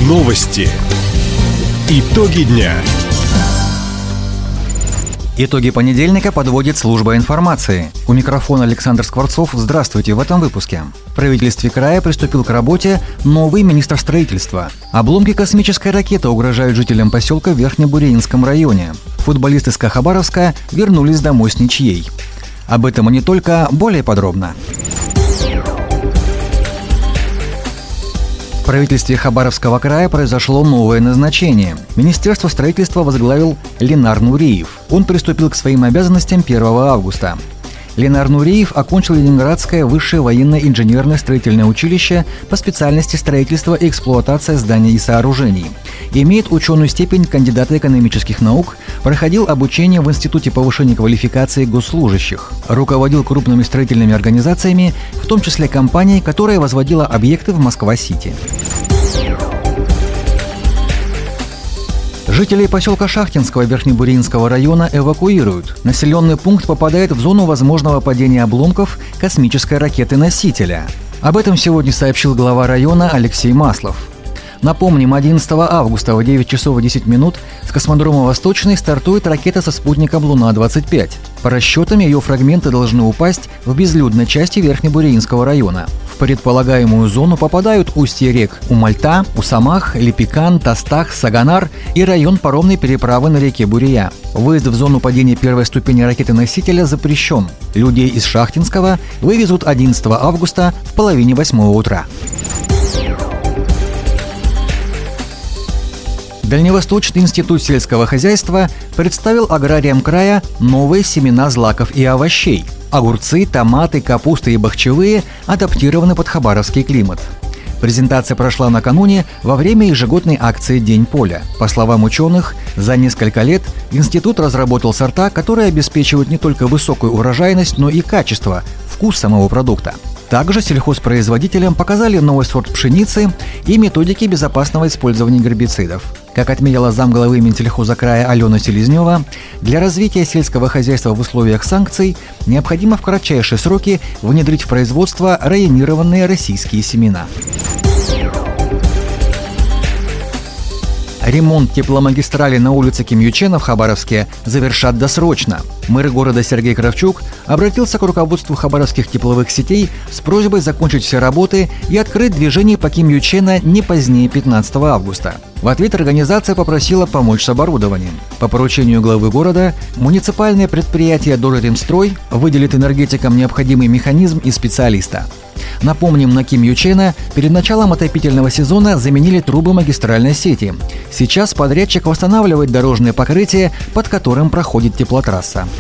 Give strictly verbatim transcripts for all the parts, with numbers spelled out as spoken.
Новости. Итоги дня. Итоги понедельника подводит служба информации. У микрофона Александр Скворцов. Здравствуйте в этом выпуске. В правительстве края приступил к работе новый министр строительства. Обломки космической ракеты угрожают жителям поселка в Верхнебурейнском районе. Футболисты СКА Хабаровска вернулись домой с ничьей. Об этом и не только, более подробно. В правительстве Хабаровского края произошло новое назначение. Министерство строительства возглавил Ленар Нуриев. Он приступил к своим обязанностям первого августа. Ленар Нуриев окончил Ленинградское высшее военно-инженерное строительное училище по специальности строительства и эксплуатация зданий и сооружений. Имеет ученую степень кандидата экономических наук, проходил обучение в Институте повышения квалификации госслужащих. Руководил крупными строительными организациями, в том числе компанией, которая возводила объекты в Москва-Сити. Жителей поселка Шахтинского Верхнебурейнского района эвакуируют. Населенный пункт попадает в зону возможного падения обломков космической ракеты-носителя. Об этом сегодня сообщил глава района Алексей Маслов. Напомним, одиннадцатого августа в девять часов десять минут с космодрома Восточный стартует ракета со спутником Луна двадцать пять. По расчетам, ее фрагменты должны упасть в безлюдной части Верхнебурейнского района. В предполагаемую зону попадают устья рек Умальта, Усамах, Липекан, Тастах, Саганар и район паромной переправы на реке Бурия. Выезд в зону падения первой ступени ракеты-носителя запрещен. Людей из Шахтинского вывезут одиннадцатого августа в половине восьмого утра. Дальневосточный институт сельского хозяйства представил аграриям края новые семена злаков и овощей. Огурцы, томаты, капуста и бахчевые адаптированы под хабаровский климат. Презентация прошла накануне во время ежегодной акции «День поля». По словам ученых, за несколько лет институт разработал сорта, которые обеспечивают не только высокую урожайность, но и качество, вкус самого продукта. Также сельхозпроизводителям показали новый сорт пшеницы и методики безопасного использования гербицидов. Как отметила замглавы Минсельхоза края Алена Селезнева, для развития сельского хозяйства в условиях санкций необходимо в кратчайшие сроки внедрить в производство районированные российские семена. Ремонт тепломагистрали на улице Ким Ю Чена в Хабаровске завершат досрочно. Мэр города Сергей Кравчук обратился к руководству хабаровских тепловых сетей с просьбой закончить все работы и открыть движение по Ким Ю Чена не позднее пятнадцатого августа. В ответ организация попросила помочь с оборудованием. По поручению главы города муниципальное предприятие «Дорремстрой» выделит энергетикам необходимый механизм и специалиста. Напомним, на Ким Ю Чена перед началом отопительного сезона заменили трубы магистральной сети. Сейчас подрядчик восстанавливает дорожное покрытие, под которым проходит теплотрасса.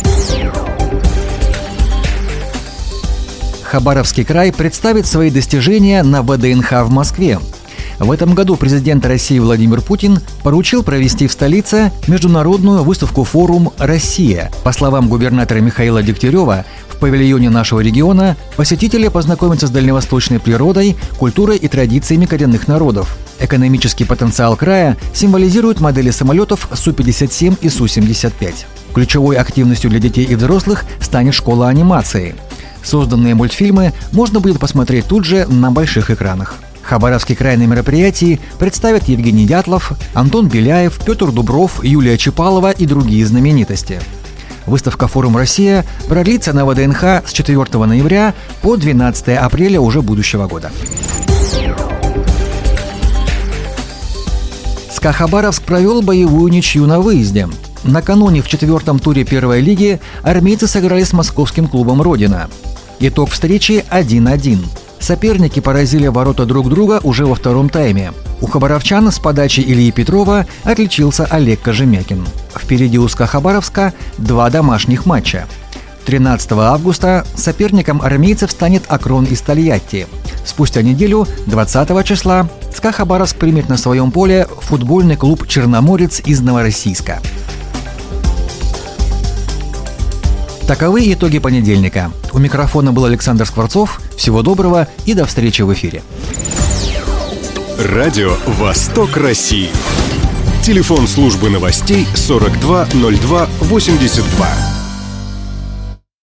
Хабаровский край представит свои достижения на вэ дэ эн ха в Москве. В этом году президент России Владимир Путин поручил провести в столице международную выставку-форум «Россия». По словам губернатора Михаила Дегтярева, в павильоне нашего региона посетители познакомятся с дальневосточной природой, культурой и традициями коренных народов. Экономический потенциал края символизирует модели самолетов Су пятьдесят семь и Су семьдесят пять. Ключевой активностью для детей и взрослых станет школа анимации. Созданные мультфильмы можно будет посмотреть тут же на больших экранах. Хабаровский край на мероприятии представят Евгений Дятлов, Антон Беляев, Петр Дубров, Юлия Чапалова и другие знаменитости. Выставка «Форум Россия» продлится на вэ дэ эн ха с четвёртого ноября по двенадцатого апреля уже будущего года. СКА Хабаровск провел боевую ничью на выезде. Накануне в четвертом туре первой лиги армейцы сыграли с московским клубом «Родина». Итог встречи один один. Соперники поразили ворота друг друга уже во втором тайме. У хабаровчан с подачи Ильи Петрова отличился Олег Кожемякин. Впереди у СКА Хабаровска два домашних матча. тринадцатого августа соперником армейцев станет Акрон из Тольятти. Спустя неделю, двадцатого числа, СКА Хабаровск примет на своем поле футбольный клуб «Черноморец» из Новороссийска. Таковы итоги понедельника. У микрофона был Александр Скворцов. Всего доброго и до встречи в эфире. Радио «Восток России». Телефон службы новостей сорок два ноль два восемьдесят два.